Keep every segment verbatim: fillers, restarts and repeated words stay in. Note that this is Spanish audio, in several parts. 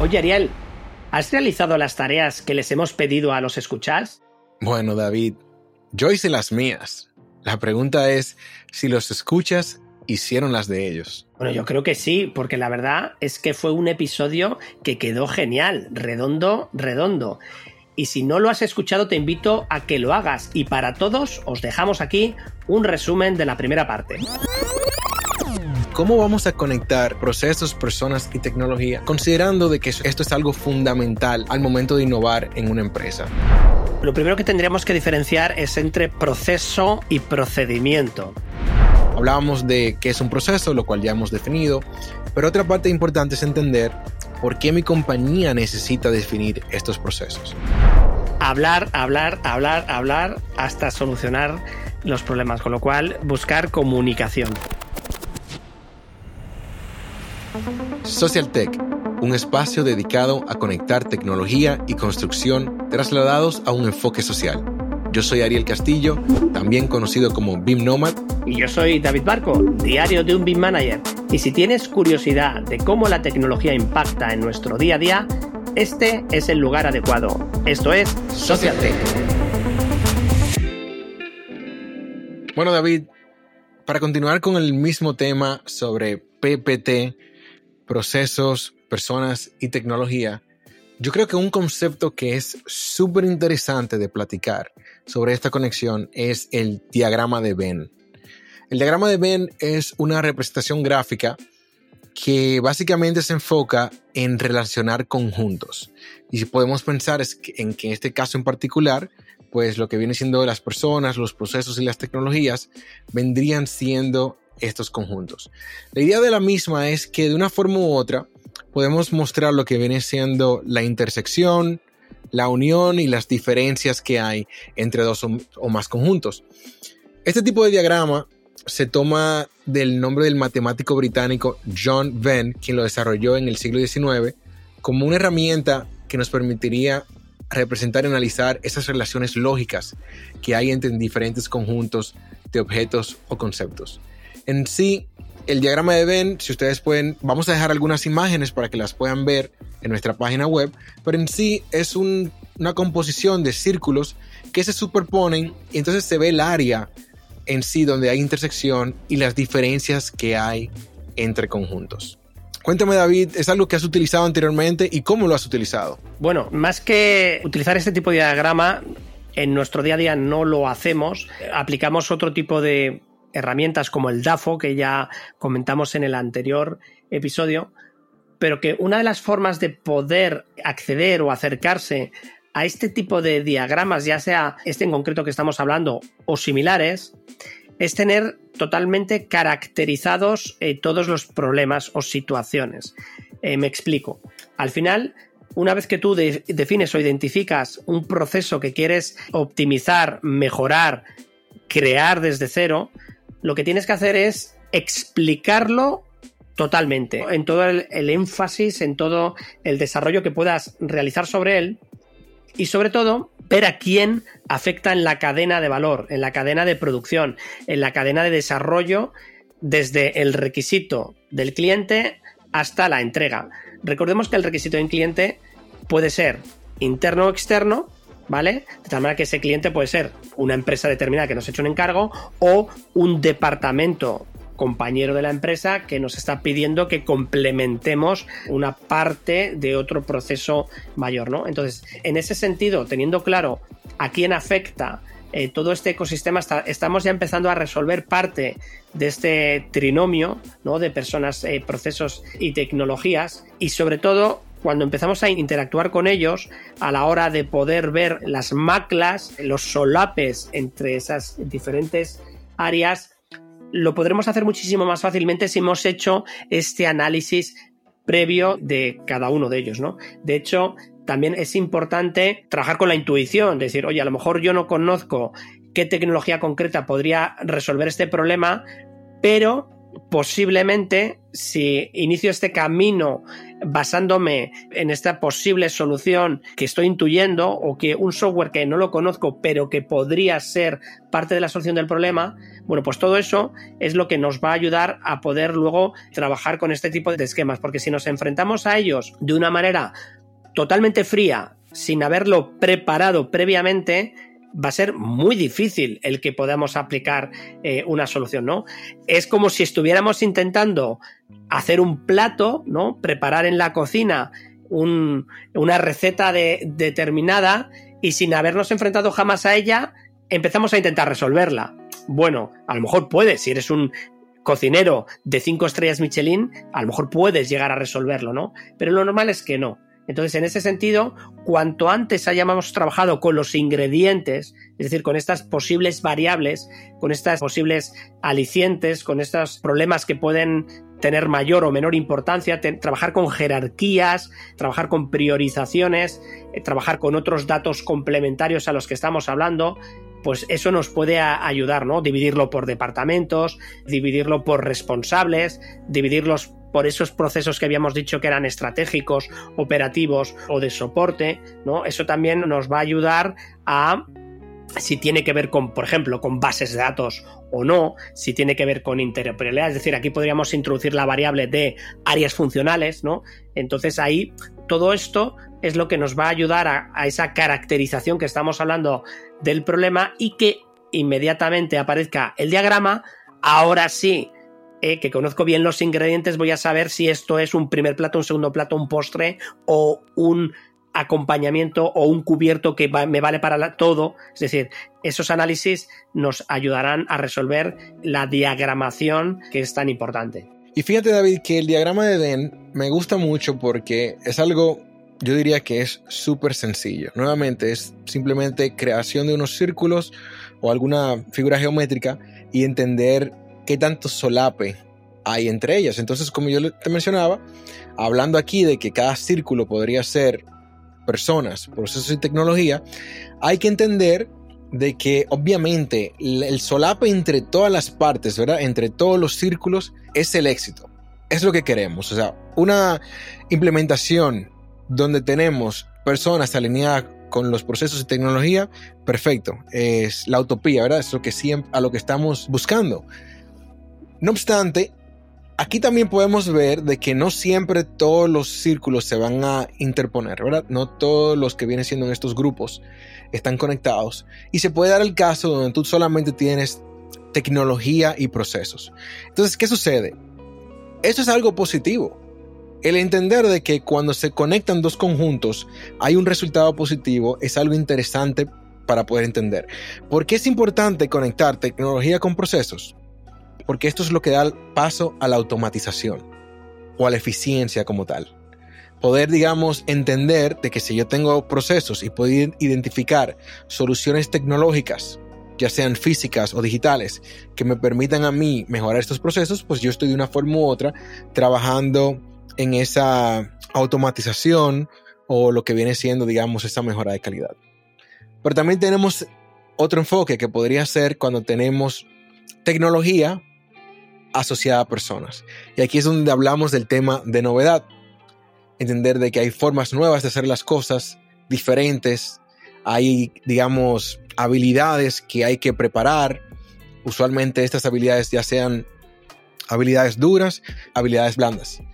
Oye, Ariel, ¿has realizado las tareas que les hemos pedido a los escuchas? Bueno, David, yo hice las mías. La pregunta es si los escuchas hicieron las de ellos. Bueno, yo creo que sí, porque la verdad es que fue un episodio que quedó genial, redondo, redondo. Y si no lo has escuchado, te invito a que lo hagas. Y para todos, os dejamos aquí un resumen de la primera parte. ¿Cómo vamos a conectar procesos, personas y tecnología, considerando de que esto es algo fundamental al momento de innovar en una empresa? Lo primero que tendríamos que diferenciar es entre proceso y procedimiento. Hablábamos de qué es un proceso, lo cual ya hemos definido, pero otra parte importante es entender por qué mi compañía necesita definir estos procesos. Hablar, hablar, hablar, hablar hasta solucionar los problemas, con lo cual buscar comunicación. Social Tech, un espacio dedicado a conectar tecnología y construcción trasladados a un enfoque social. Yo soy Ariel Castillo, también conocido como B I M Nomad. Y yo soy David Barco, diario de un B I M Manager. Y si tienes curiosidad de cómo la tecnología impacta en nuestro día a día, este es el lugar adecuado. Esto es Social Tech. Bueno, David, para continuar con el mismo tema sobre P P T, procesos, personas y tecnología, yo creo que un concepto que es súper interesante de platicar sobre esta conexión es el diagrama de Venn. El diagrama de Venn es una representación gráfica que básicamente se enfoca en relacionar conjuntos. Y si podemos pensar es que en que en este caso en particular, pues lo que viene siendo las personas, los procesos y las tecnologías vendrían siendo estos conjuntos. La idea de la misma es que de una forma u otra podemos mostrar lo que viene siendo la intersección, la unión y las diferencias que hay entre dos o más conjuntos. Este tipo de diagrama se toma del nombre del matemático británico John Venn, quien lo desarrolló en el siglo diecinueve, como una herramienta que nos permitiría representar y analizar esas relaciones lógicas que hay entre diferentes conjuntos de objetos o conceptos. En sí, el diagrama de Venn, si ustedes pueden, vamos a dejar algunas imágenes para que las puedan ver en nuestra página web, pero en sí es un, una composición de círculos que se superponen y entonces se ve el área en sí donde hay intersección y las diferencias que hay entre conjuntos. Cuéntame, David, ¿es algo que has utilizado anteriormente y cómo lo has utilizado? Bueno, más que utilizar este tipo de diagrama, en nuestro día a día no lo hacemos. Aplicamos otro tipo de herramientas como el D A F O, que ya comentamos en el anterior episodio, pero que una de las formas de poder acceder o acercarse a este tipo de diagramas, ya sea este en concreto que estamos hablando o similares, es tener totalmente caracterizados eh, todos los problemas o situaciones. Eh, me explico. Al final, una vez que tú de- defines o identificas un proceso que quieres optimizar, mejorar, crear desde cero, lo que tienes que hacer es explicarlo totalmente, en todo el, el énfasis, en todo el desarrollo que puedas realizar sobre él y sobre todo ver a quién afecta en la cadena de valor, en la cadena de producción, en la cadena de desarrollo desde el requisito del cliente hasta la entrega. Recordemos que el requisito del cliente puede ser interno o externo, ¿vale? De tal manera que ese cliente puede ser una empresa determinada que nos ha hecho un encargo o un departamento compañero de la empresa que nos está pidiendo que complementemos una parte de otro proceso mayor, ¿no? Entonces, en ese sentido, teniendo claro a quién afecta eh, todo este ecosistema, está, estamos ya empezando a resolver parte de este trinomio, ¿no? De personas, eh, procesos y tecnologías, y sobre todo cuando empezamos a interactuar con ellos a la hora de poder ver las maclas, los solapes entre esas diferentes áreas, lo podremos hacer muchísimo más fácilmente si hemos hecho este análisis previo de cada uno de ellos, ¿no? De hecho, también es importante trabajar con la intuición, decir, oye, a lo mejor yo no conozco qué tecnología concreta podría resolver este problema, pero posiblemente si inicio este camino basándome en esta posible solución que estoy intuyendo o que un software que no lo conozco pero que podría ser parte de la solución del problema, bueno, pues todo eso es lo que nos va a ayudar a poder luego trabajar con este tipo de esquemas, porque si nos enfrentamos a ellos de una manera totalmente fría, sin haberlo preparado previamente, va a ser muy difícil el que podamos aplicar eh, una solución, ¿no? Es como si estuviéramos intentando hacer un plato, ¿no? Preparar en la cocina un, una receta de, determinada y sin habernos enfrentado jamás a ella, empezamos a intentar resolverla. Bueno, a lo mejor puedes, si eres un cocinero de cinco estrellas Michelin, a lo mejor puedes llegar a resolverlo, ¿no? Pero lo normal es que no. Entonces, en ese sentido, cuanto antes hayamos trabajado con los ingredientes, es decir, con estas posibles variables, con estas posibles alicientes, con estos problemas que pueden tener mayor o menor importancia, te, trabajar con jerarquías, trabajar con priorizaciones, eh, trabajar con otros datos complementarios a los que estamos hablando, pues eso nos puede a, ayudar, ¿no? Dividirlo por departamentos, dividirlo por responsables, dividirlos por esos procesos que habíamos dicho que eran estratégicos, operativos o de soporte, ¿no? Eso también nos va a ayudar a, si tiene que ver con, por ejemplo, con bases de datos o no, si tiene que ver con interoperabilidad, es decir, aquí podríamos introducir la variable de áreas funcionales, ¿no? Entonces ahí todo esto es lo que nos va a ayudar a, a esa caracterización que estamos hablando del problema y que inmediatamente aparezca el diagrama, ahora sí, Eh, que conozco bien los ingredientes, voy a saber si esto es un primer plato, un segundo plato, un postre o un acompañamiento o un cubierto que va, me vale para la, todo. Es decir, esos análisis nos ayudarán a resolver la diagramación que es tan importante. Y fíjate, David, que el diagrama de Venn me gusta mucho porque es algo, yo diría que es súper sencillo. Nuevamente, es simplemente creación de unos círculos o alguna figura geométrica y entender qué tanto solape hay entre ellas. Entonces, como yo te mencionaba, hablando aquí de que cada círculo podría ser personas, procesos y tecnología, hay que entender de que obviamente el solape entre todas las partes, ¿verdad? Entre todos los círculos es el éxito. Es lo que queremos. O sea, una implementación donde tenemos personas alineadas con los procesos y tecnología, perfecto. Es la utopía, ¿verdad? Es lo que siempre, a lo que estamos buscando. No obstante, aquí también podemos ver de que no siempre todos los círculos se van a interponer, ¿verdad? No todos los que vienen siendo en estos grupos están conectados. Y se puede dar el caso donde tú solamente tienes tecnología y procesos. Entonces, ¿qué sucede? Eso es algo positivo. El entender de que cuando se conectan dos conjuntos hay un resultado positivo es algo interesante para poder entender. ¿Por qué es importante conectar tecnología con procesos? Porque esto es lo que da paso a la automatización o a la eficiencia como tal. Poder, digamos, entender de que si yo tengo procesos y puedo identificar soluciones tecnológicas, ya sean físicas o digitales, que me permitan a mí mejorar estos procesos, pues yo estoy de una forma u otra trabajando en esa automatización o lo que viene siendo, digamos, esa mejora de calidad. Pero también tenemos otro enfoque que podría ser cuando tenemos tecnología asociada a personas. Y aquí es donde hablamos del tema de novedad. Entender de que hay formas nuevas de hacer las cosas, diferentes. Hay, digamos, habilidades que hay que preparar. Usualmente estas habilidades ya sean habilidades duras, habilidades blandas.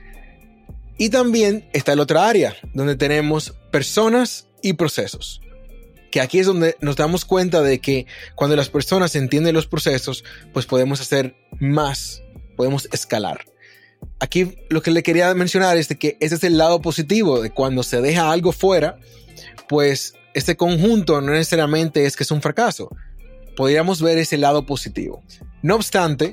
Y también está el otra área, donde tenemos personas y procesos. Que aquí es donde nos damos cuenta de que cuando las personas entienden los procesos, pues podemos hacer más, podemos escalar. Aquí lo que le quería mencionar es de que ese es el lado positivo de cuando se deja algo fuera, pues este conjunto no necesariamente es que es un fracaso. Podríamos ver ese lado positivo. No obstante,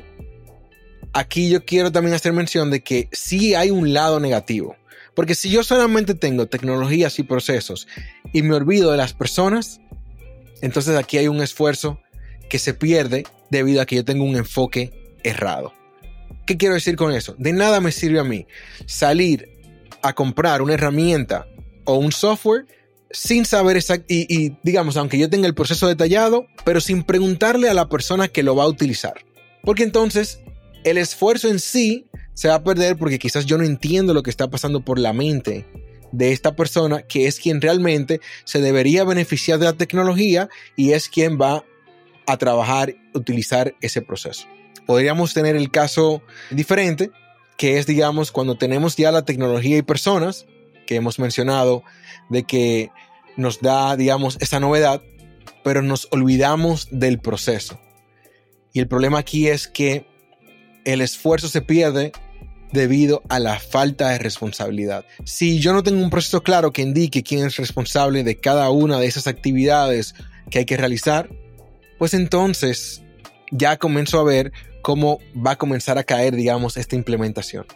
aquí yo quiero también hacer mención de que sí hay un lado negativo. Porque si yo solamente tengo tecnologías y procesos y me olvido de las personas, entonces aquí hay un esfuerzo que se pierde debido a que yo tengo un enfoque errado. ¿Qué quiero decir con eso? De nada me sirve a mí salir a comprar una herramienta o un software sin saber exact- y, y digamos, aunque yo tenga el proceso detallado, pero sin preguntarle a la persona que lo va a utilizar. Porque entonces el esfuerzo en sí se va a perder porque quizás yo no entiendo lo que está pasando por la mente de esta persona, que es quien realmente se debería beneficiar de la tecnología y es quien va a trabajar, utilizar ese proceso. Podríamos tener el caso diferente, que es, digamos, cuando tenemos ya la tecnología y personas, que hemos mencionado, de que nos da, digamos, esa novedad, pero nos olvidamos del proceso. Y el problema aquí es que el esfuerzo se pierde debido a la falta de responsabilidad. Si yo no tengo un proceso claro que indique quién es responsable de cada una de esas actividades que hay que realizar, pues entonces ya comienzo a ver cómo va a comenzar a caer, digamos, esta implementación.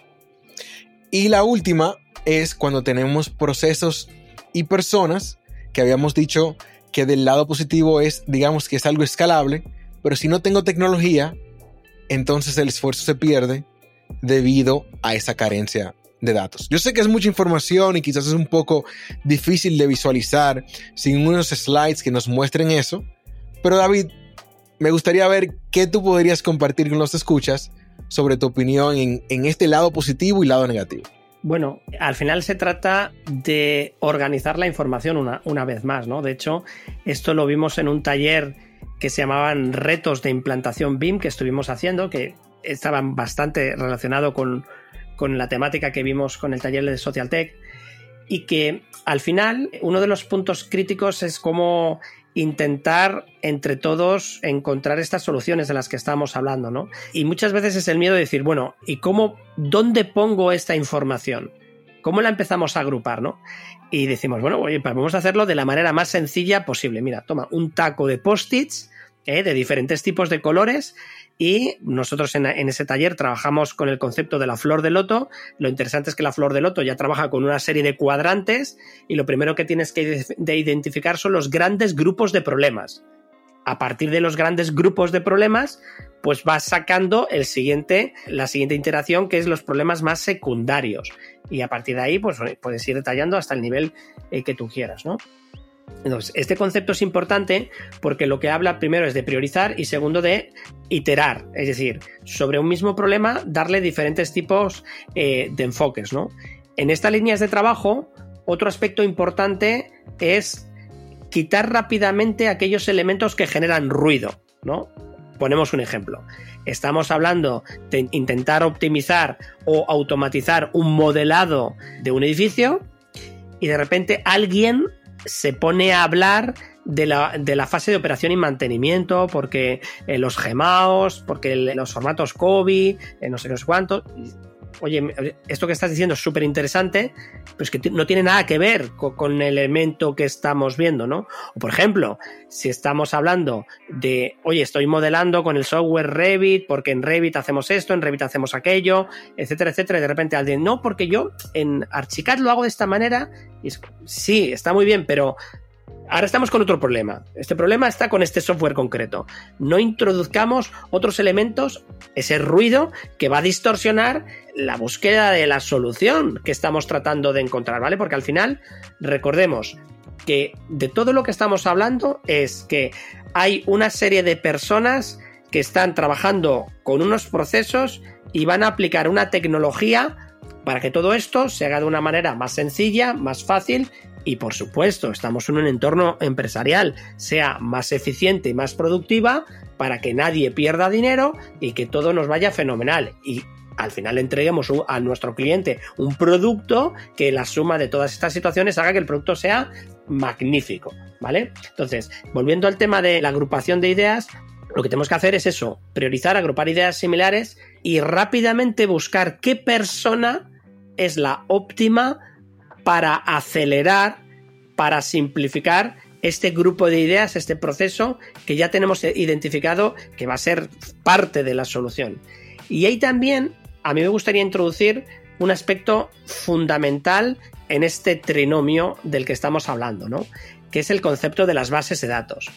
Y la última es cuando tenemos procesos y personas, que habíamos dicho que del lado positivo es, digamos, que es algo escalable, pero si no tengo tecnología, entonces el esfuerzo se pierde debido a esa carencia de datos. Yo sé que es mucha información y quizás es un poco difícil de visualizar sin unos slides que nos muestren eso, pero David, me gustaría ver qué tú podrías compartir con los escuchas sobre tu opinión en, en este lado positivo y lado negativo. Bueno, al final se trata de organizar la información una, una vez más, ¿no? De hecho, esto lo vimos en un taller que se llamaban retos de implantación B I M que estuvimos haciendo, que estaban bastante relacionados con, con la temática que vimos con el taller de Social Tech, y que al final uno de los puntos críticos es cómo intentar entre todos encontrar estas soluciones de las que estamos hablando, ¿no? Y muchas veces es el miedo de decir, bueno, ¿y cómo, dónde pongo esta información? ¿Cómo la empezamos a agrupar, no? Y decimos, bueno, oye, pues vamos a hacerlo de la manera más sencilla posible. Mira, toma un taco de post-its ¿eh? de diferentes tipos de colores, y nosotros en, en ese taller trabajamos con el concepto de la flor de loto. Lo interesante es que la flor de loto ya trabaja con una serie de cuadrantes, y lo primero que tienes que de identificar son los grandes grupos de problemas. A partir de los grandes grupos de problemas, pues vas sacando el siguiente, la siguiente iteración, que es los problemas más secundarios. Y a partir de ahí, pues puedes ir detallando hasta el nivel eh, que tú quieras, ¿no? Entonces, este concepto es importante porque lo que habla primero es de priorizar y segundo de iterar, es decir, sobre un mismo problema darle diferentes tipos eh, de enfoques, ¿no? En estas líneas de trabajo, otro aspecto importante es quitar rápidamente aquellos elementos que generan ruido, ¿no? Ponemos un ejemplo. Estamos hablando de intentar optimizar o automatizar un modelado de un edificio y de repente alguien se pone a hablar de la, de la fase de operación y mantenimiento, porque eh, los gemaos, porque el, los formatos COVID, eh, no sé, no sé cuánto. Oye, esto que estás diciendo es súper interesante, pero es que t- no tiene nada que ver con, con el elemento que estamos viendo, ¿no? O por ejemplo, si estamos hablando de, oye, estoy modelando con el software Revit, porque en Revit hacemos esto, en Revit hacemos aquello, etcétera, etcétera, y de repente alguien, no, porque yo en Archicad lo hago de esta manera, y es, sí, está muy bien, pero ahora estamos con otro problema. Este problema está con este software concreto. No introduzcamos otros elementos, ese ruido que va a distorsionar la búsqueda de la solución que estamos tratando de encontrar, ¿vale? Porque al final, recordemos que de todo lo que estamos hablando es que hay una serie de personas que están trabajando con unos procesos y van a aplicar una tecnología para que todo esto se haga de una manera más sencilla, más fácil. Y por supuesto, estamos en un entorno empresarial, sea más eficiente y más productiva para que nadie pierda dinero y que todo nos vaya fenomenal. Y al final entreguemos a nuestro cliente un producto que la suma de todas estas situaciones haga que el producto sea magnífico, ¿vale? Entonces, volviendo al tema de la agrupación de ideas, lo que tenemos que hacer es eso, priorizar, agrupar ideas similares y rápidamente buscar qué persona es la óptima para acelerar, para simplificar este grupo de ideas, este proceso que ya tenemos identificado que va a ser parte de la solución. Y ahí también a mí me gustaría introducir un aspecto fundamental en este trinomio del que estamos hablando, ¿no? Que es el concepto de las bases de datos.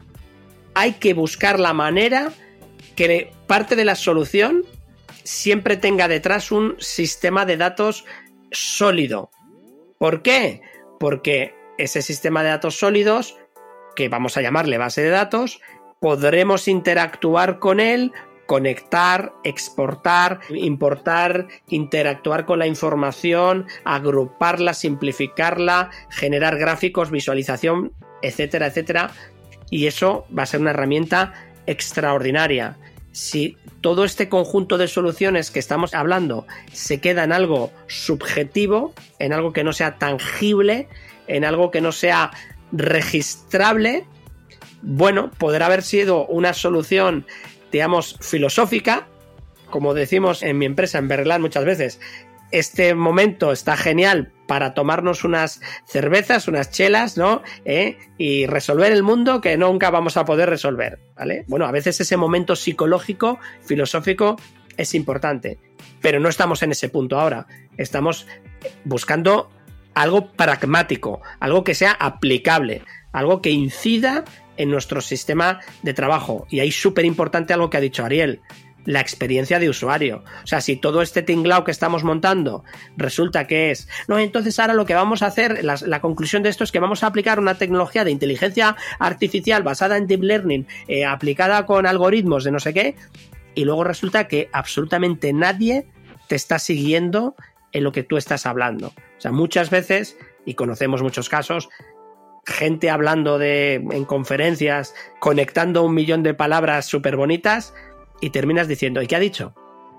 Hay que buscar la manera que parte de la solución siempre tenga detrás un sistema de datos sólido. ¿Por qué? Porque ese sistema de datos sólidos, que vamos a llamarle base de datos, podremos interactuar con él conectar, exportar, importar, interactuar con la información, agruparla, simplificarla, generar gráficos, visualización, etcétera, etcétera. Y eso va a ser una herramienta extraordinaria. Si todo este conjunto de soluciones que estamos hablando se queda en algo subjetivo, en algo que no sea tangible, en algo que no sea registrable, bueno, podrá haber sido una solución, digamos, filosófica, como decimos en mi empresa, en Berland, muchas veces. Este momento está genial para tomarnos unas cervezas, unas chelas, ¿no? ¿Eh? Y resolver el mundo que nunca vamos a poder resolver, ¿vale? Bueno, a veces ese momento psicológico, filosófico, es importante, pero no estamos en ese punto ahora. Estamos buscando algo pragmático, algo que sea aplicable, algo que incida en nuestro sistema de trabajo. Y ahí súper importante algo que ha dicho Ariel, la experiencia de usuario. O sea, si todo este tinglao que estamos montando resulta que es, no, entonces ahora lo que vamos a hacer, la, la conclusión de esto es que vamos a aplicar una tecnología de inteligencia artificial basada en deep learning, eh, aplicada con algoritmos de no sé qué, y luego resulta que absolutamente nadie te está siguiendo en lo que tú estás hablando. O sea, muchas veces, y conocemos muchos casos, gente hablando de, en conferencias, conectando un millón de palabras súper bonitas, y terminas diciendo, ¿y qué ha dicho?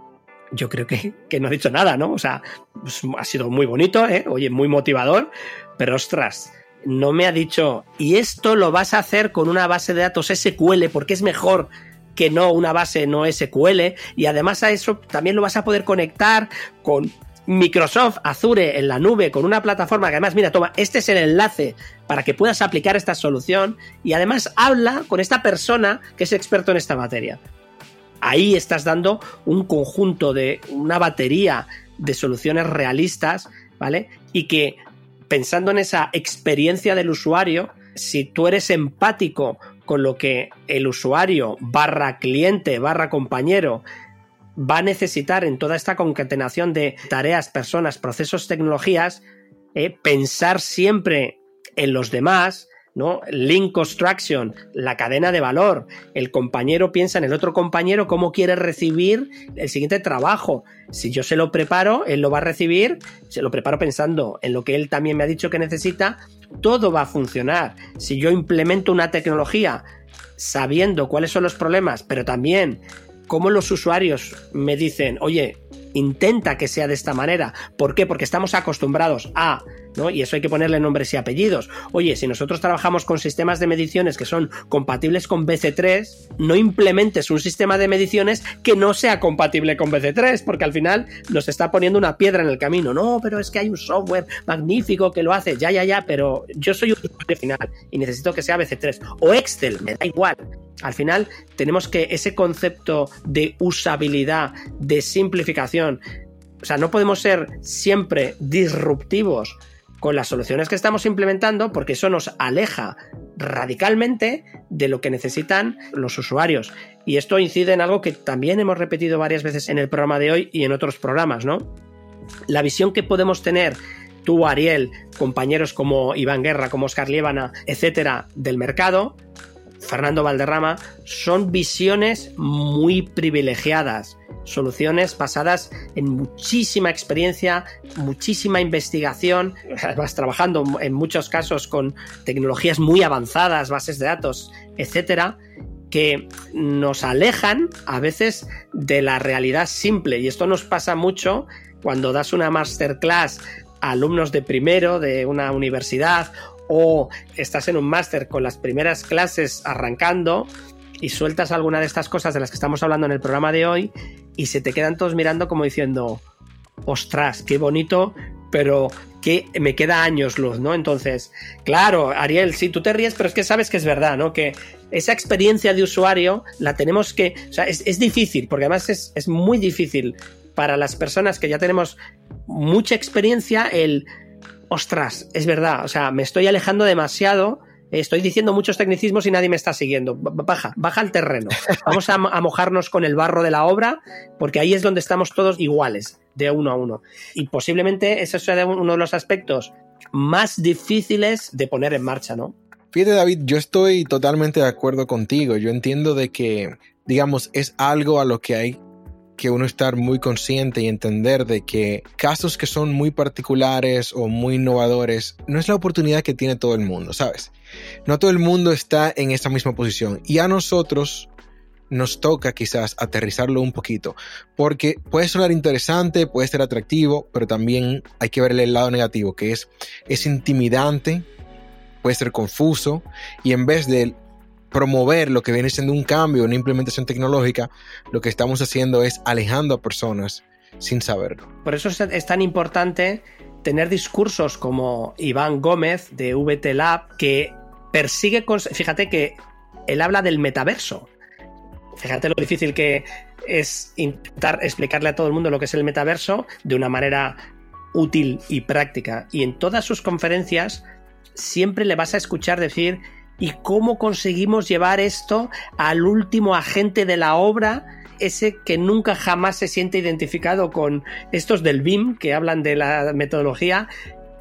Yo creo que, que no ha dicho nada, ¿no? O sea, pues, ha sido muy bonito, ¿eh? Oye, muy motivador, pero ostras, no me ha dicho, y esto lo vas a hacer con una base de datos ese cu ele, porque es mejor que no una base no ese cu ele, y además a eso también lo vas a poder conectar con Microsoft Azure en la nube, con una plataforma que además, mira, toma, este es el enlace para que puedas aplicar esta solución, y además habla con esta persona que es experto en esta materia. Ahí estás dando un conjunto de una batería de soluciones realistas, ¿vale? Y que pensando en esa experiencia del usuario, si tú eres empático con lo que el usuario barra cliente barra compañero va a necesitar en toda esta concatenación de tareas, personas, procesos, tecnologías, eh, pensar siempre en los demás, ¿no? Link construction, la cadena de valor. El compañero piensa en el otro compañero cómo quiere recibir el siguiente trabajo. Si yo se lo preparo, él lo va a recibir, se lo preparo pensando en lo que él también me ha dicho que necesita, todo va a funcionar. Si yo implemento una tecnología sabiendo cuáles son los problemas, pero también cómo los usuarios me dicen, oye, intenta que sea de esta manera. ¿Por qué? Porque estamos acostumbrados a, ¿no? Y eso hay que ponerle nombres y apellidos. Oye, si nosotros trabajamos con sistemas de mediciones que son compatibles con B C tres, no implementes un sistema de mediciones que no sea compatible con B C tres, porque al final nos está poniendo una piedra en el camino. No, pero es que hay un software magnífico que lo hace. Ya, ya, ya, pero yo soy un usuario final y necesito que sea B C tres. O Excel, me da igual. Al final tenemos que ese concepto de usabilidad, de simplificación, o sea, no podemos ser siempre disruptivos con las soluciones que estamos implementando, porque eso nos aleja radicalmente de lo que necesitan los usuarios. Y esto incide en algo que también hemos repetido varias veces en el programa de hoy y en otros programas, ¿no? La visión que podemos tener tú, Ariel, compañeros como Iván Guerra, como Óscar Liébana, etcétera, del mercado, Fernando Valderrama, son visiones muy privilegiadas, soluciones basadas en muchísima experiencia, muchísima investigación, vas trabajando en muchos casos con tecnologías muy avanzadas, bases de datos, etcétera, que nos alejan a veces de la realidad simple. Y esto nos pasa mucho cuando das una masterclass a alumnos de primero de una universidad, o estás en un máster con las primeras clases arrancando y sueltas alguna de estas cosas de las que estamos hablando en el programa de hoy y se te quedan todos mirando como diciendo, ostras, qué bonito, pero que me queda años luz, ¿no? Entonces, claro, Ariel, sí, tú te ríes, pero es que sabes que es verdad, ¿no? Que esa experiencia de usuario la tenemos que... O sea, es, es difícil, porque además es, es muy difícil para las personas que ya tenemos mucha experiencia el... Ostras, es verdad, o sea, me estoy alejando demasiado, estoy diciendo muchos tecnicismos y nadie me está siguiendo. Baja, baja al terreno. Vamos a, a mojarnos con el barro de la obra, porque ahí es donde estamos todos iguales, de uno a uno. Y posiblemente ese sea uno de los aspectos más difíciles de poner en marcha, ¿no? Fíjate, David, yo estoy totalmente de acuerdo contigo. Yo entiendo de que digamos, es algo a lo que hay que uno estar muy consciente y entender de que casos que son muy particulares o muy innovadores no es la oportunidad que tiene todo el mundo, ¿sabes? No todo el mundo está en esa misma posición y a nosotros nos toca quizás aterrizarlo un poquito, porque puede sonar interesante, puede ser atractivo, pero también hay que verle el lado negativo, que es, es intimidante, puede ser confuso, y en vez de promover lo que viene siendo un cambio, una implementación tecnológica, lo que estamos haciendo es alejando a personas sin saberlo. Por eso es tan importante tener discursos como Iván Gómez de V T Lab, que persigue, fíjate que él habla del metaverso. Fíjate lo difícil que es intentar explicarle a todo el mundo lo que es el metaverso de una manera útil y práctica. Y en todas sus conferencias siempre le vas a escuchar decir: ¿y cómo conseguimos llevar esto al último agente de la obra? Ese que nunca jamás se siente identificado con estos del B I M, que hablan de la metodología,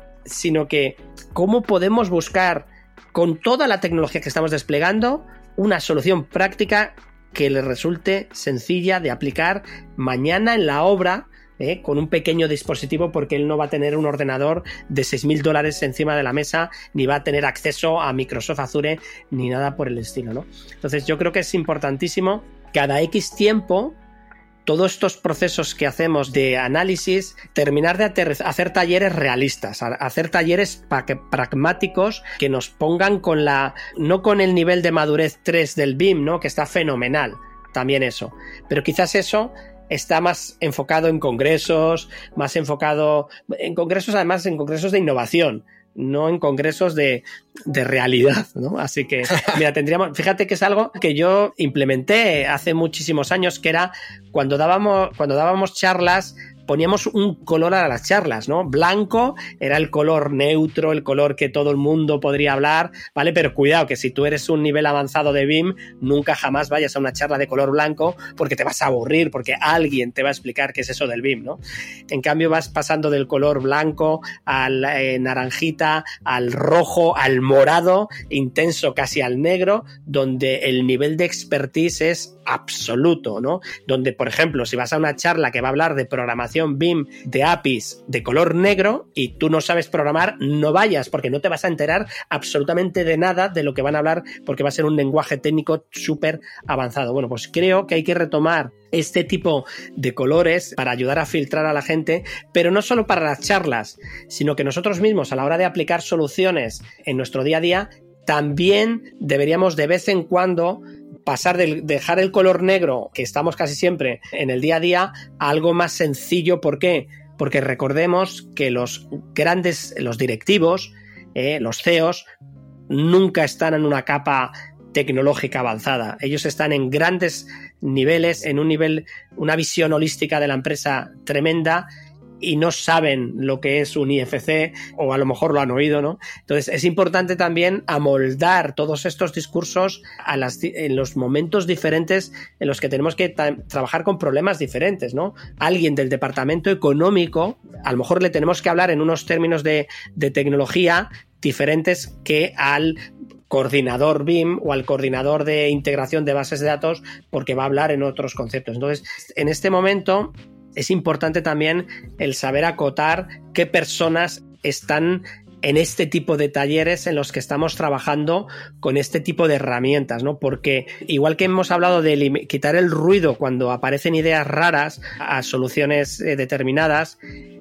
sino que cómo podemos buscar, con toda la tecnología que estamos desplegando, una solución práctica que le resulte sencilla de aplicar mañana en la obra, eh, con un pequeño dispositivo, porque él no va a tener un ordenador de seis mil dólares encima de la mesa, ni va a tener acceso a Microsoft Azure, ni nada por el estilo, ¿no? Entonces yo creo que es importantísimo, cada X tiempo, todos estos procesos que hacemos de análisis, terminar de hacer talleres realistas, hacer talleres pragmáticos que nos pongan con la, no con el nivel de madurez tres del B I M, ¿no? Que está fenomenal, también eso, pero quizás eso está más enfocado en congresos, más enfocado en congresos, además en congresos de innovación, no en congresos de, de realidad, ¿no? Así que, mira, tendríamos, fíjate que es algo que yo implementé hace muchísimos años, que era cuando dábamos, cuando dábamos charlas, poníamos un color a las charlas, ¿no? Blanco era el color neutro, el color que todo el mundo podría hablar, ¿vale? Pero cuidado, que si tú eres un nivel avanzado de B I M, nunca jamás vayas a una charla de color blanco, porque te vas a aburrir, porque alguien te va a explicar qué es eso del B I M, ¿no? En cambio, vas pasando del color blanco al eh, naranjita, al rojo, al morado, intenso casi al negro, donde el nivel de expertise es absoluto, ¿no? Donde, por ejemplo, si vas a una charla que va a hablar de programación B I M de A P Is de color negro y tú no sabes programar, no vayas, porque no te vas a enterar absolutamente de nada de lo que van a hablar, porque va a ser un lenguaje técnico súper avanzado. Bueno, pues creo que hay que retomar este tipo de colores para ayudar a filtrar a la gente, pero no solo para las charlas, sino que nosotros mismos, a la hora de aplicar soluciones en nuestro día a día, también deberíamos de vez en cuando pasar de dejar el color negro, que estamos casi siempre en el día a día, a algo más sencillo. ¿Por qué? Porque recordemos que los grandes, los directivos, eh, los C E Os, nunca están en una capa tecnológica avanzada. Ellos están en grandes niveles, en un nivel, una visión holística de la empresa tremenda, y no saben lo que es un I F C, o a lo mejor lo han oído, ¿no? Entonces es importante también amoldar todos estos discursos a las, en los momentos diferentes en los que tenemos que ta- trabajar con problemas diferentes, ¿no? Alguien del departamento económico, a lo mejor le tenemos que hablar en unos términos de, de tecnología diferentes que al coordinador B I M o al coordinador de integración de bases de datos, porque va a hablar en otros conceptos. Entonces, en este momento es importante también el saber acotar qué personas están en este tipo de talleres en los que estamos trabajando con este tipo de herramientas, ¿no? Porque igual que hemos hablado de elim- quitar el ruido cuando aparecen ideas raras a soluciones eh, determinadas,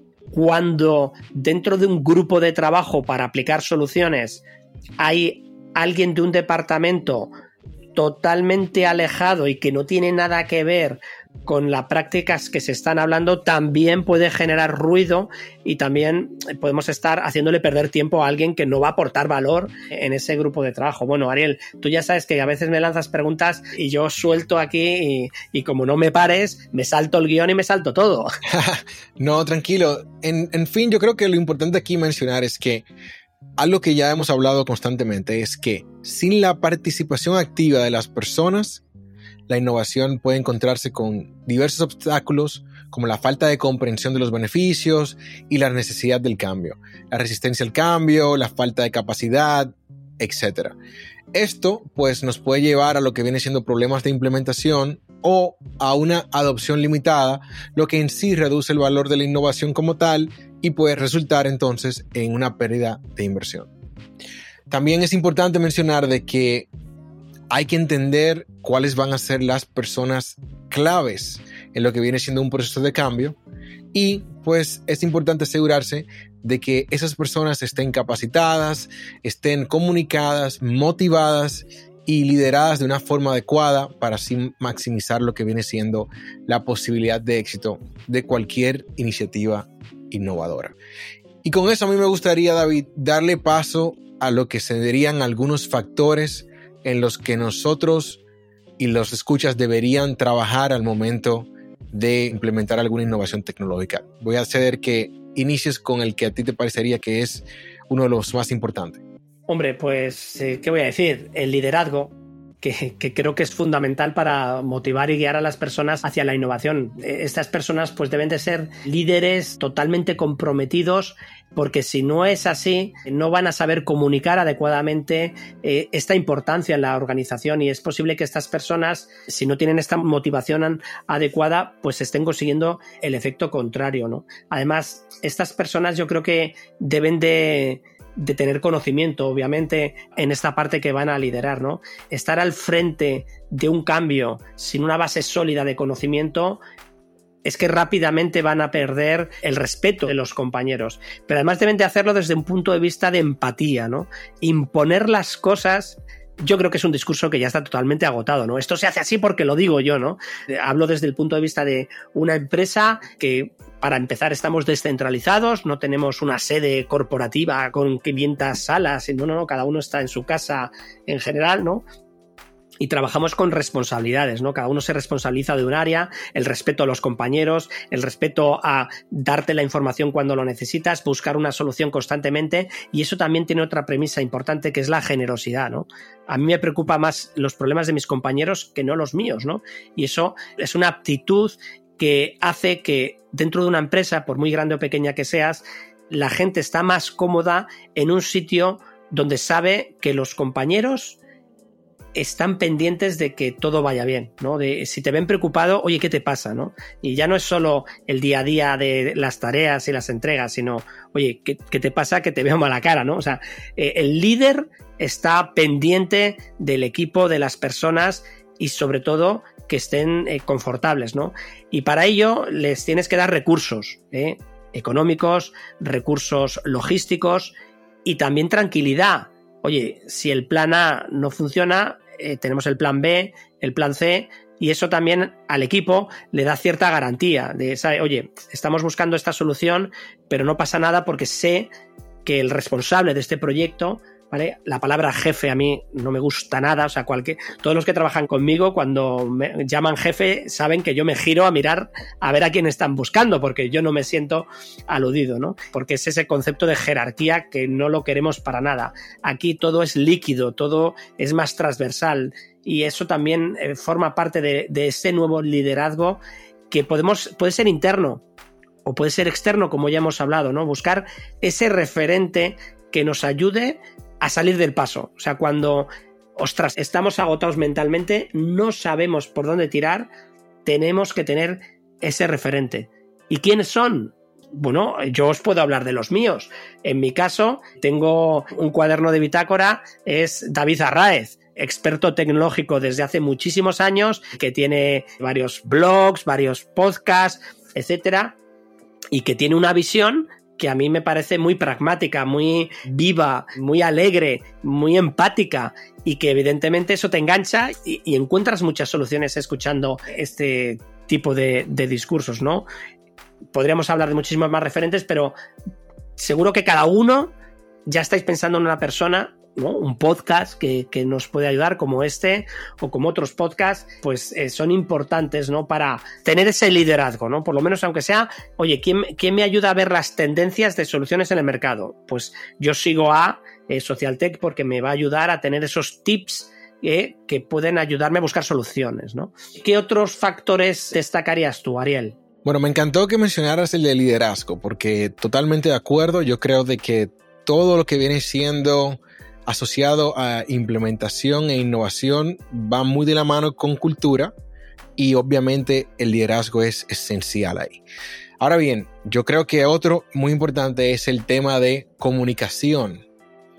cuando dentro de un grupo de trabajo para aplicar soluciones hay alguien de un departamento totalmente alejado y que no tiene nada que ver con las prácticas que se están hablando, también puede generar ruido y también podemos estar haciéndole perder tiempo a alguien que no va a aportar valor en ese grupo de trabajo. Bueno, Ariel, tú ya sabes que a veces me lanzas preguntas y yo suelto aquí y, y como no me pares, me salto el guión y me salto todo. No, tranquilo. En, en fin, yo creo que lo importante aquí mencionar es que algo que ya hemos hablado constantemente es que sin la participación activa de las personas, la innovación puede encontrarse con diversos obstáculos, como la falta de comprensión de los beneficios y la necesidad del cambio, la resistencia al cambio, la falta de capacidad, etcétera. Esto pues nos puede llevar a lo que viene siendo problemas de implementación o a una adopción limitada, lo que en sí reduce el valor de la innovación como tal y puede resultar entonces en una pérdida de inversión. También es importante mencionar de que hay que entender cuáles van a ser las personas claves en lo que viene siendo un proceso de cambio y pues es importante asegurarse de que esas personas estén capacitadas, estén comunicadas, motivadas y lideradas de una forma adecuada para así maximizar lo que viene siendo la posibilidad de éxito de cualquier iniciativa innovadora. Y con eso a mí me gustaría, David, darle paso a lo que serían algunos factores en los que nosotros y los escuchas deberían trabajar al momento de implementar alguna innovación tecnológica. Voy a ceder que inicies con el que a ti te parecería que es uno de los más importantes. Hombre, pues, eh, ¿qué voy a decir? El liderazgo, que, que creo que es fundamental para motivar y guiar a las personas hacia la innovación. Estas personas pues deben de ser líderes totalmente comprometidos, porque si no es así, no van a saber comunicar adecuadamente eh, esta importancia en la organización, y es posible que estas personas, si no tienen esta motivación adecuada, pues estén consiguiendo el efecto contrario, ¿no? Además, estas personas yo creo que deben de de tener conocimiento, obviamente, en esta parte que van a liderar, ¿no? Estar al frente de un cambio sin una base sólida de conocimiento es que rápidamente van a perder el respeto de los compañeros. Pero además deben de hacerlo desde un punto de vista de empatía, ¿no? Imponer las cosas, yo creo que es un discurso que ya está totalmente agotado, ¿no? Esto se hace así porque lo digo yo, ¿no? Hablo desde el punto de vista de una empresa que, para empezar, estamos descentralizados, no tenemos una sede corporativa con quinientas salas, no, no, no, cada uno está en su casa en general, ¿no? Y trabajamos con responsabilidades, ¿no? Cada uno se responsabiliza de un área, el respeto a los compañeros, el respeto a darte la información cuando lo necesitas, buscar una solución constantemente, y eso también tiene otra premisa importante, que es la generosidad, ¿no? A mí me preocupa más los problemas de mis compañeros que no los míos, ¿no? Y eso es una aptitud que hace que dentro de una empresa, por muy grande o pequeña que seas, la gente está más cómoda en un sitio donde sabe que los compañeros están pendientes de que todo vaya bien, ¿no? De si te ven preocupado, oye, ¿qué te pasa, no? Y ya no es solo el día a día de las tareas y las entregas, sino, oye, ¿qué, qué te pasa? Que te veo mala cara, ¿no? O sea, eh, el líder está pendiente del equipo, de las personas, y sobre todo que estén eh, confortables, ¿no? Y para ello les tienes que dar recursos, ¿eh? económicos, recursos logísticos y también tranquilidad. Oye, si el plan A no funciona, eh, tenemos el plan B, el plan C, y eso también al equipo le da cierta garantía de, ¿sabe? Oye, estamos buscando esta solución, pero no pasa nada porque sé que el responsable de este proyecto, ¿vale? La palabra jefe a mí no me gusta nada, o sea, cualquier, todos los que trabajan conmigo cuando me llaman jefe saben que yo me giro a mirar a ver a quién están buscando, porque yo no me siento aludido, ¿no? Porque es ese concepto de jerarquía que no lo queremos para nada. Aquí todo es líquido, todo es más transversal, y eso también eh, forma parte de, de ese nuevo liderazgo que podemos, puede ser interno o puede ser externo, como ya hemos hablado, ¿no? Buscar ese referente que nos ayude a salir del paso. O sea, cuando, ostras, estamos agotados mentalmente, no sabemos por dónde tirar, tenemos que tener ese referente. ¿Y quiénes son? Bueno, yo os puedo hablar de los míos. En mi caso, tengo un cuaderno de bitácora, es David Arráez, experto tecnológico desde hace muchísimos años, que tiene varios blogs, varios podcasts, etcétera, y que tiene una visión que a mí me parece muy pragmática, muy viva, muy alegre, muy empática, y que evidentemente eso te engancha y, y encuentras muchas soluciones escuchando este tipo de, de discursos, ¿no? Podríamos hablar de muchísimos más referentes, pero seguro que cada uno ya estáis pensando en una persona, ¿no? Un podcast que, que nos puede ayudar, como este o como otros podcasts, pues eh, son importantes, ¿no? Para tener ese liderazgo, ¿no? Por lo menos, aunque sea, oye, ¿quién, quién me ayuda a ver las tendencias de soluciones en el mercado? Pues yo sigo a eh, Socialtech porque me va a ayudar a tener esos tips eh, que pueden ayudarme a buscar soluciones, ¿no? ¿Qué otros factores destacarías tú, Ariel? Bueno, me encantó que mencionaras el de liderazgo, porque totalmente de acuerdo. Yo creo de que todo lo que viene siendo asociado a implementación e innovación va muy de la mano con cultura y obviamente el liderazgo es esencial ahí. Ahora bien, yo creo que otro muy importante es el tema de comunicación,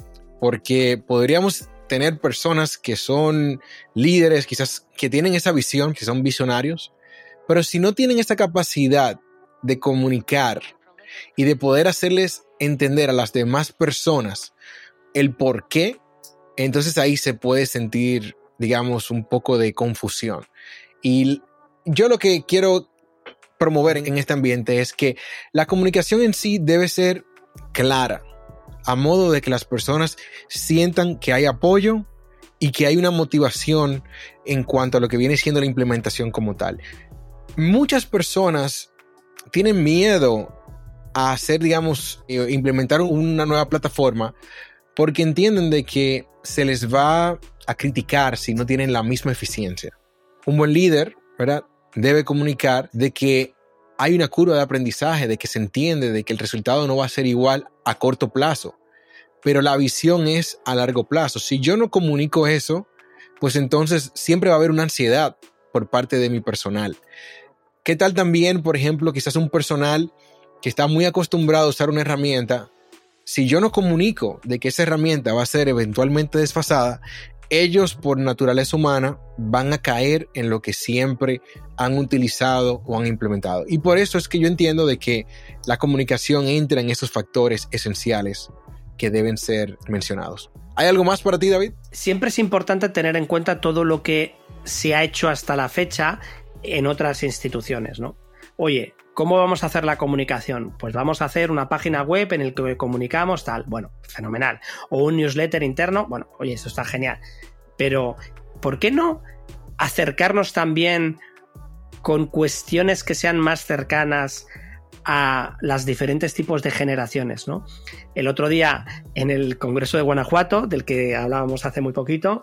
porque podríamos tener personas que son líderes, quizás que tienen esa visión, que son visionarios, pero si no tienen esa capacidad de comunicar y de poder hacerles entender a las demás personas el por qué, entonces ahí se puede sentir, digamos, un poco de confusión. Y yo lo que quiero promover en este ambiente es que la comunicación en sí debe ser clara, a modo de que las personas sientan que hay apoyo y que hay una motivación en cuanto a lo que viene siendo la implementación como tal. Muchas personas tienen miedo a hacer, digamos, implementar una nueva plataforma porque entienden de que se les va a criticar si no tienen la misma eficiencia. Un buen líder, ¿verdad?, debe comunicar de que hay una curva de aprendizaje, de que se entiende, de que el resultado no va a ser igual a corto plazo, pero la visión es a largo plazo. Si yo no comunico eso, pues entonces siempre va a haber una ansiedad por parte de mi personal. ¿Qué tal también, por ejemplo, quizás un personal que está muy acostumbrado a usar una herramienta? Si yo no comunico de que esa herramienta va a ser eventualmente desfasada, ellos por naturaleza humana van a caer en lo que siempre han utilizado o han implementado. Y por eso es que yo entiendo de que la comunicación entra en esos factores esenciales que deben ser mencionados. ¿Hay algo más para ti, David? Siempre es importante tener en cuenta todo lo que se ha hecho hasta la fecha en otras instituciones, ¿no? Oye, ¿cómo vamos a hacer la comunicación? Pues vamos a hacer una página web en la que comunicamos tal. Bueno, fenomenal. O un newsletter interno. Bueno, oye, eso está genial. Pero, ¿por qué no acercarnos también con cuestiones que sean más cercanas a las diferentes tipos de generaciones, ¿no? El otro día, en el Congreso de Guanajuato, del que hablábamos hace muy poquito,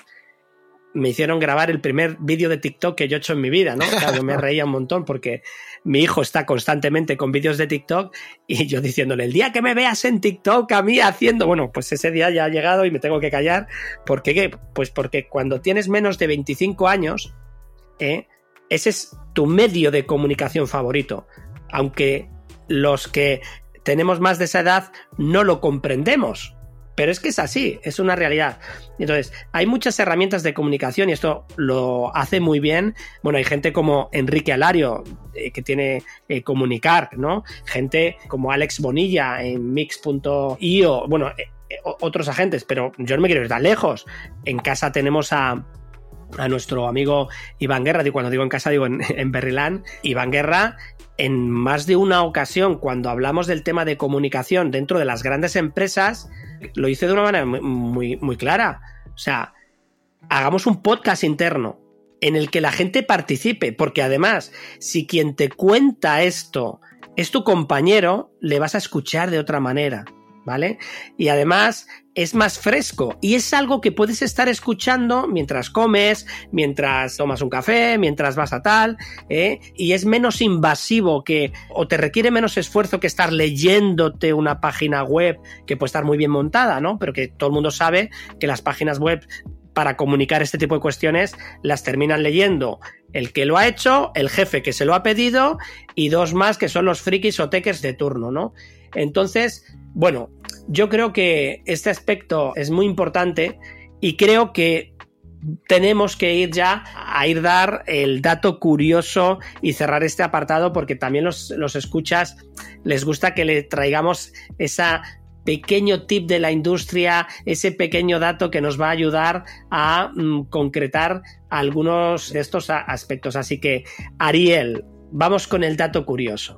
me hicieron grabar el primer vídeo de TikTok que yo he hecho en mi vida, ¿no? Claro, yo me reía un montón porque mi hijo está constantemente con vídeos de TikTok y yo diciéndole, el día que me veas en TikTok a mí haciendo... Bueno, pues ese día ya ha llegado y me tengo que callar. ¿Por qué? Pues porque cuando tienes menos de veinticinco años, ¿eh? ese es tu medio de comunicación favorito. Aunque los que tenemos más de esa edad no lo comprendemos. Pero es que es así, es una realidad. Entonces, hay muchas herramientas de comunicación y esto lo hace muy bien. Bueno, hay gente como Enrique Alario, eh, que tiene eh, Comunicar, ¿no? Gente como Alex Bonilla en mix punto io, bueno, eh, eh, otros agentes, pero yo no me quiero ir tan lejos. En casa tenemos a, a nuestro amigo Iván Guerra, y cuando digo en casa digo en, en Berrilán. Iván Guerra, en más de una ocasión, cuando hablamos del tema de comunicación dentro de las grandes empresas, lo hice de una manera muy, muy, muy clara. O sea, hagamos un podcast interno en el que la gente participe, porque además, si quien te cuenta esto es tu compañero, le vas a escuchar de otra manera, ¿vale? Y además es más fresco y es algo que puedes estar escuchando mientras comes, mientras tomas un café, mientras vas a tal, ¿eh? Y es menos invasivo que, o te requiere menos esfuerzo que estar leyéndote una página web que puede estar muy bien montada, ¿no? Pero que todo el mundo sabe que las páginas web para comunicar este tipo de cuestiones las terminan leyendo el que lo ha hecho, el jefe que se lo ha pedido y dos más que son los frikis o techers de turno, ¿no? Entonces, bueno, yo creo que este aspecto es muy importante y creo que tenemos que ir ya a ir dar el dato curioso y cerrar este apartado porque también los, los escuchas les gusta que le traigamos esa pequeño tip de la industria, ese pequeño dato que nos va a ayudar a mm, concretar algunos de estos a- aspectos. Así que, Ariel, vamos con el dato curioso.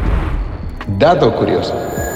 Dato curioso.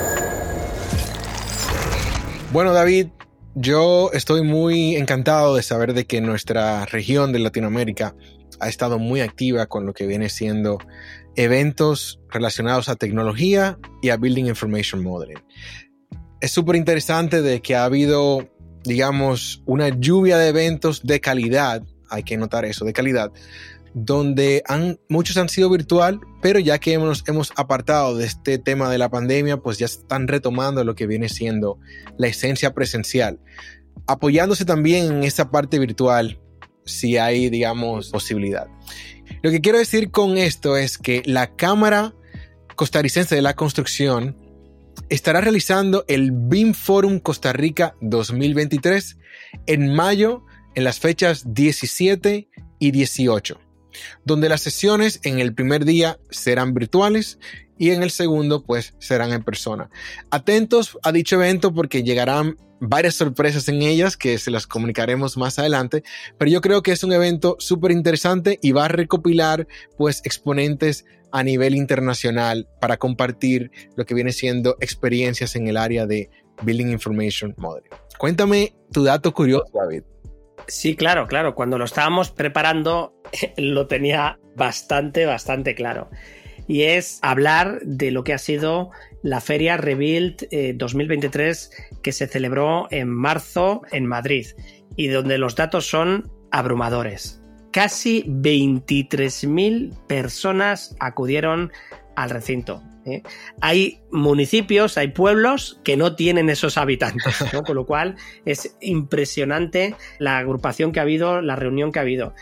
Bueno, David, yo estoy muy encantado de saber de que nuestra región de Latinoamérica ha estado muy activa con lo que viene siendo eventos relacionados a tecnología y a Building Information Modeling. Es súper interesante de que ha habido, digamos, una lluvia de eventos de calidad, hay que notar eso, de calidad, donde han, muchos han sido virtual, pero ya que hemos, hemos apartado de este tema de la pandemia, pues ya están retomando lo que viene siendo la esencia presencial. apoyándose también en esa parte virtual, si hay, digamos, posibilidad. Lo que quiero decir con esto es que la Cámara Costarricense de la Construcción estará realizando el B I M Forum Costa Rica dos mil veintitrés en mayo en las fechas diecisiete y dieciocho, donde las sesiones en el primer día serán virtuales y en el segundo pues serán en persona. Atentos a dicho evento porque llegarán varias sorpresas en ellas que se las comunicaremos más adelante, pero yo creo que es un evento súper interesante y va a recopilar pues exponentes a nivel internacional para compartir lo que viene siendo experiencias en el área de Building Information Modeling. Cuéntame tu dato curioso, David. Sí, claro, claro. Cuando lo estábamos preparando lo tenía bastante, bastante claro. Y es hablar de lo que ha sido la Feria Rebuild eh, dos mil veintitrés que se celebró en marzo en Madrid y donde los datos son abrumadores. Casi veintitrés mil personas acudieron al recinto. ¿eh? Hay municipios, hay pueblos que no tienen esos habitantes, ¿no? Con lo cual es impresionante la agrupación que ha habido, la reunión que ha habido.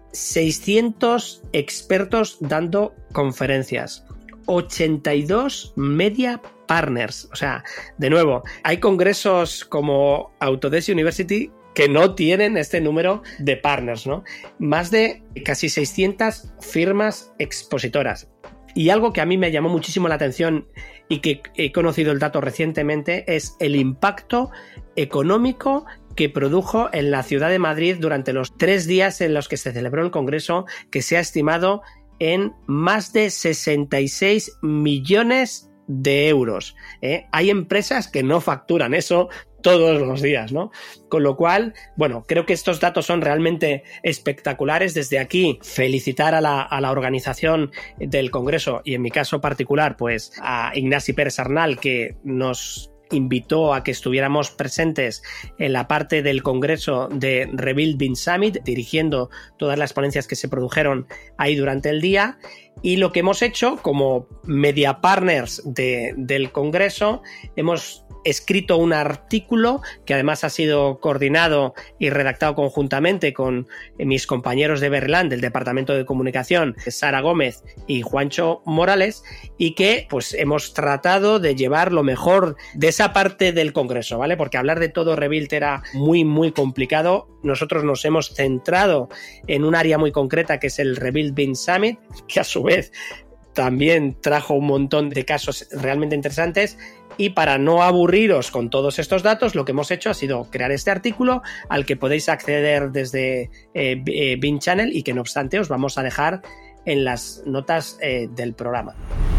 seiscientos expertos dando conferencias, ochenta y dos media partners. O sea, de nuevo, hay congresos como Autodesk University que no tienen este número de partners, ¿no? Más de casi seiscientas firmas expositoras. Y algo que a mí me llamó muchísimo la atención y que he conocido el dato recientemente es el impacto económico que produjo en la ciudad de Madrid durante los tres días en los que se celebró el Congreso, que se ha estimado en más de sesenta y seis millones de euros. ¿eh? Hay empresas que no facturan eso todos los días, ¿no? Con lo cual, bueno, creo que estos datos son realmente espectaculares. Desde aquí, felicitar a la, a la organización del Congreso y en mi caso particular, pues a Ignasi Pérez Arnal, que nos invitó a que estuviéramos presentes en la parte del Congreso de Rebuild B I M Summit, dirigiendo todas las ponencias que se produjeron ahí durante el día. Y lo que hemos hecho como media partners de, del Congreso, hemos escrito un artículo que además ha sido coordinado y redactado conjuntamente con mis compañeros de Berlán del Departamento de Comunicación, Sara Gómez y Juancho Morales, y que pues hemos tratado de llevar lo mejor de esa parte del Congreso, ¿vale? Porque hablar de todo Rebuild era muy muy complicado. Nosotros nos hemos centrado en un área muy concreta que es el Rebuild B I M Summit, que a su vez también trajo un montón de casos realmente interesantes. Y para no aburriros con todos estos datos, lo que hemos hecho ha sido crear este artículo al que podéis acceder desde eh, B I M Channel y que no obstante os vamos a dejar en las notas eh, del programa.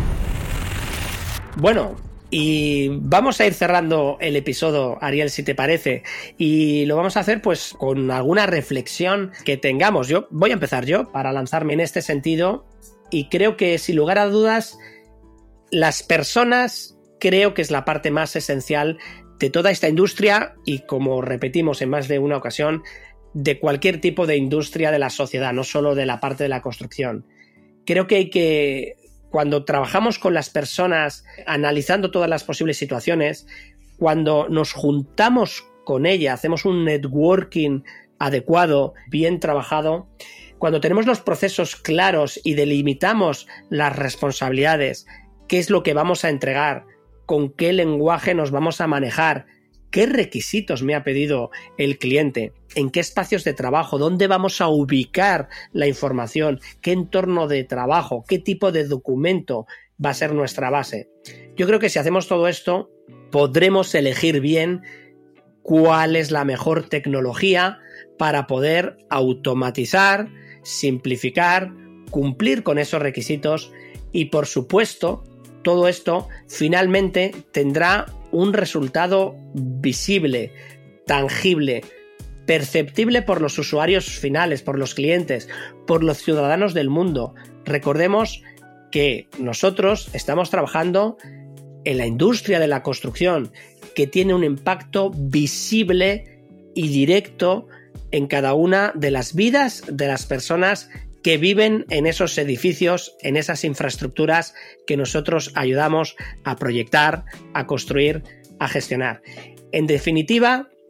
Bueno, y vamos a ir cerrando el episodio, Ariel, si te parece, y lo vamos a hacer pues con alguna reflexión que tengamos. Yo voy a empezar yo para lanzarme en este sentido y creo que sin lugar a dudas las personas creo que es la parte más esencial de toda esta industria y, como repetimos en más de una ocasión, de cualquier tipo de industria de la sociedad, no solo de la parte de la construcción. Creo que hay que, cuando trabajamos con las personas, analizando todas las posibles situaciones, cuando nos juntamos con ella, hacemos un networking adecuado, bien trabajado, cuando tenemos los procesos claros y delimitamos las responsabilidades, qué es lo que vamos a entregar, con qué lenguaje nos vamos a manejar, qué requisitos me ha pedido el cliente, en qué espacios de trabajo, dónde vamos a ubicar la información, qué entorno de trabajo, qué tipo de documento va a ser nuestra base. Yo creo que si hacemos todo esto, podremos elegir bien cuál es la mejor tecnología para poder automatizar, simplificar, cumplir con esos requisitos y, por supuesto, todo esto finalmente tendrá un resultado visible, tangible, perceptible por los usuarios finales, por los clientes, por los ciudadanos del mundo. Recordemos que nosotros estamos trabajando en la industria de la construcción, que tiene un impacto visible y directo en cada una de las vidas de las personas que viven en esos edificios, en esas infraestructuras que nosotros ayudamos a proyectar, a construir, a gestionar. En definitiva,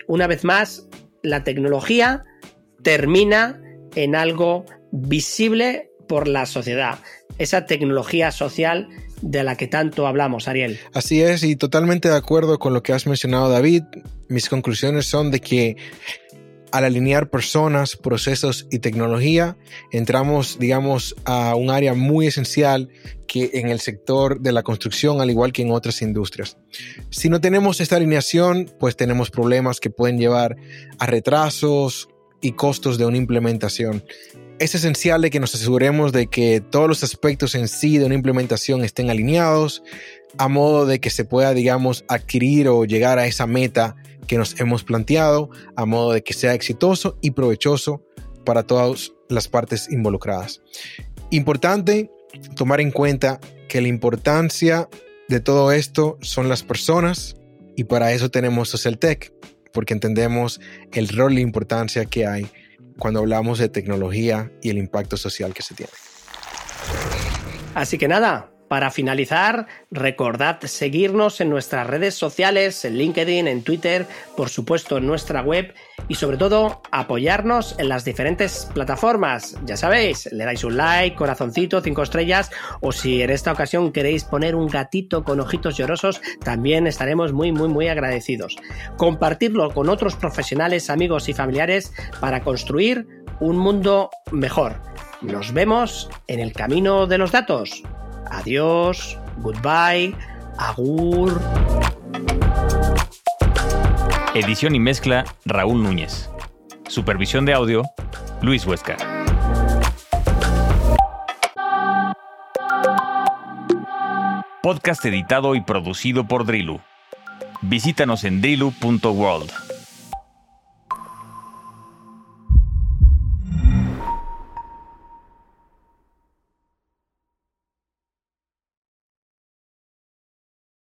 una vez más, la tecnología termina en algo visible por la sociedad. Esa tecnología social de la que tanto hablamos, Ariel. Así es, y totalmente de acuerdo con lo que has mencionado, David. Mis conclusiones son de que al alinear personas, procesos y tecnología, entramos, digamos, a un área muy esencial que en el sector de la construcción, al igual que en otras industrias. Si no tenemos esta alineación, pues tenemos problemas que pueden llevar a retrasos y costos de una implementación. Es esencial de que nos aseguremos de que todos los aspectos en sí de una implementación estén alineados, a modo de que se pueda, digamos, adquirir o llegar a esa meta que nos hemos planteado, a modo de que sea exitoso y provechoso para todas las partes involucradas. Importante tomar en cuenta que la importancia de todo esto son las personas, y para eso tenemos Socialtech, porque entendemos el rol y la importancia que hay cuando hablamos de tecnología y el impacto social que se tiene. Así que nada, para finalizar, recordad seguirnos en nuestras redes sociales, en LinkedIn, en Twitter, por supuesto en nuestra web y sobre todo apoyarnos en las diferentes plataformas. Ya sabéis, le dais un like, corazoncito, cinco estrellas, o si en esta ocasión queréis poner un gatito con ojitos llorosos, también estaremos muy muy muy agradecidos. Compartirlo con otros profesionales, amigos y familiares para construir un mundo mejor. Nos vemos en el camino de los datos. Adiós, goodbye, agur. Edición y mezcla, Raúl Núñez. Supervisión de audio, Luis Huesca. Podcast editado y producido por Drillu. Visítanos en drillu punto world.